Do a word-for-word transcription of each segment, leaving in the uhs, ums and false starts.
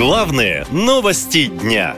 Главные новости дня.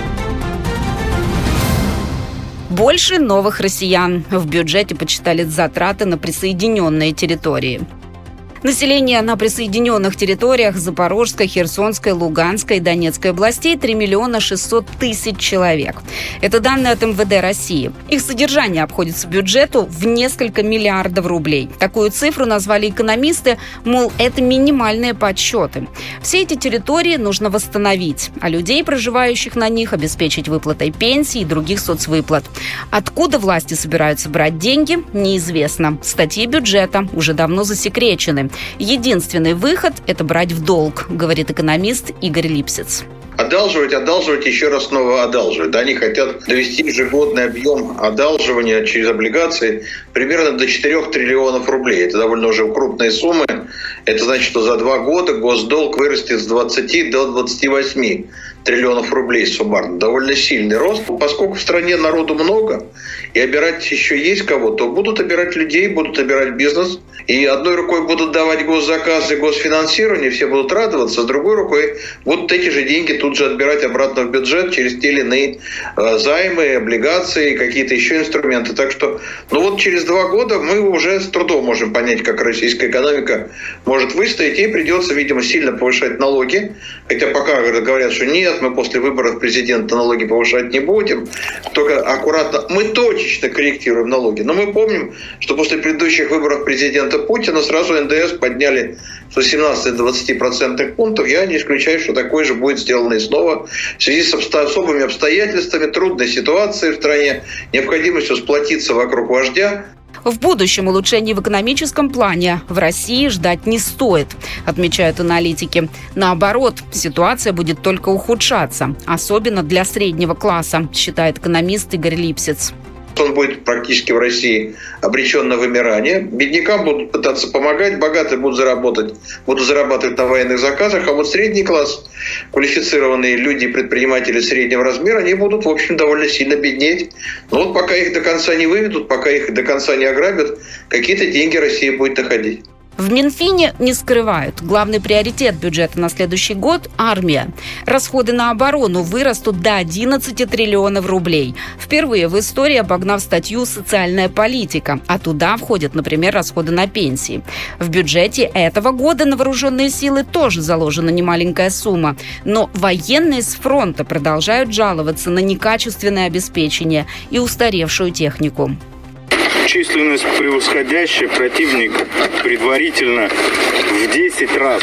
Больше новых россиян. В бюджете подсчитали затраты на присоединенные территории. Население на присоединенных территориях Запорожской, Херсонской, Луганской и Донецкой областей три миллиона шестьсот тысяч человек. Это данные от эм вэ дэ России. Их содержание обходится бюджету в несколько миллиардов рублей. Такую цифру назвали экономисты, мол, это минимальные подсчеты. Все эти территории нужно восстановить, а людей, проживающих на них, обеспечить выплатой пенсий и других соцвыплат. Откуда власти собираются брать деньги, неизвестно. Статьи бюджета уже давно засекречены. Единственный выход – это брать в долг, говорит экономист Игорь Липсиц. Одалживать, одалживать, еще раз снова одалживать. Да, они хотят довести ежегодный объем одалживания через облигации примерно до четырёх триллионов рублей. Это довольно уже крупные суммы. Это значит, что за два года госдолг вырастет с двадцати до двадцати восьми триллионов рублей суммарно. Довольно сильный рост. Поскольку в стране народу много, и обирать еще есть кого, то будут обирать людей, будут обирать бизнес. И одной рукой будут давать госзаказы, госфинансирование, все будут радоваться, с другой рукой будут эти же деньги тут же отбирать обратно в бюджет через те или иные э, займы, облигации, какие-то еще инструменты. Так что, ну вот через два года мы уже с трудом можем понять, как российская экономика может выстоять, и придется, видимо, сильно повышать налоги. Хотя пока говорят, что нет, мы после выборов президента налоги повышать не будем, только аккуратно, мы точечно корректируем налоги. Но мы помним, что после предыдущих выборов президента Путина сразу эн дэ эс подняли с восемнадцати до двадцати процентных пунктов. Я не исключаю, что такое же будет сделано и снова в связи с особыми обстоятельствами, трудной ситуацией в стране, необходимостью сплотиться вокруг вождя. В будущем улучшений в экономическом плане в России ждать не стоит, отмечают аналитики. Наоборот, ситуация будет только ухудшаться, особенно для среднего класса, считает экономист Игорь Липсиц. Он будет практически в России обречен на вымирание. Беднякам будут пытаться помогать, богатые будут заработать, будут зарабатывать на военных заказах, а вот средний класс, квалифицированные люди, предприниматели среднего размера, они будут, в общем, довольно сильно беднеть. Но вот пока их до конца не выведут, пока их до конца не ограбят, какие-то деньги Россия будет находить. В Минфине не скрывают. Главный приоритет бюджета на следующий год – армия. Расходы на оборону вырастут до одиннадцати триллионов рублей. Впервые в истории обогнав статью «Социальная политика». А туда входят, например, расходы на пенсии. В бюджете этого года на вооруженные силы тоже заложена немаленькая сумма. Но военные с фронта продолжают жаловаться на некачественное обеспечение и устаревшую технику. Численность превосходящая, противник предварительно в десять раз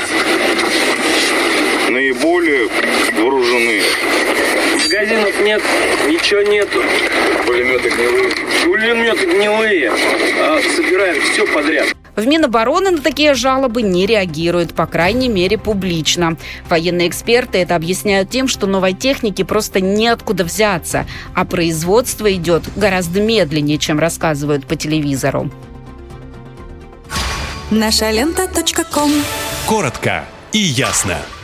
наиболее вооружены. Магазинов нет, ничего нету. Пулеметы гнилые. Пулеметы гнилые. А собираем все подряд. В Минобороны на такие жалобы не реагируют, по крайней мере, публично. Военные эксперты это объясняют тем, что новой техники просто неоткуда взяться, а производство идет гораздо медленнее, чем рассказывают по телевизору. наша лента точка ком. Коротко и ясно.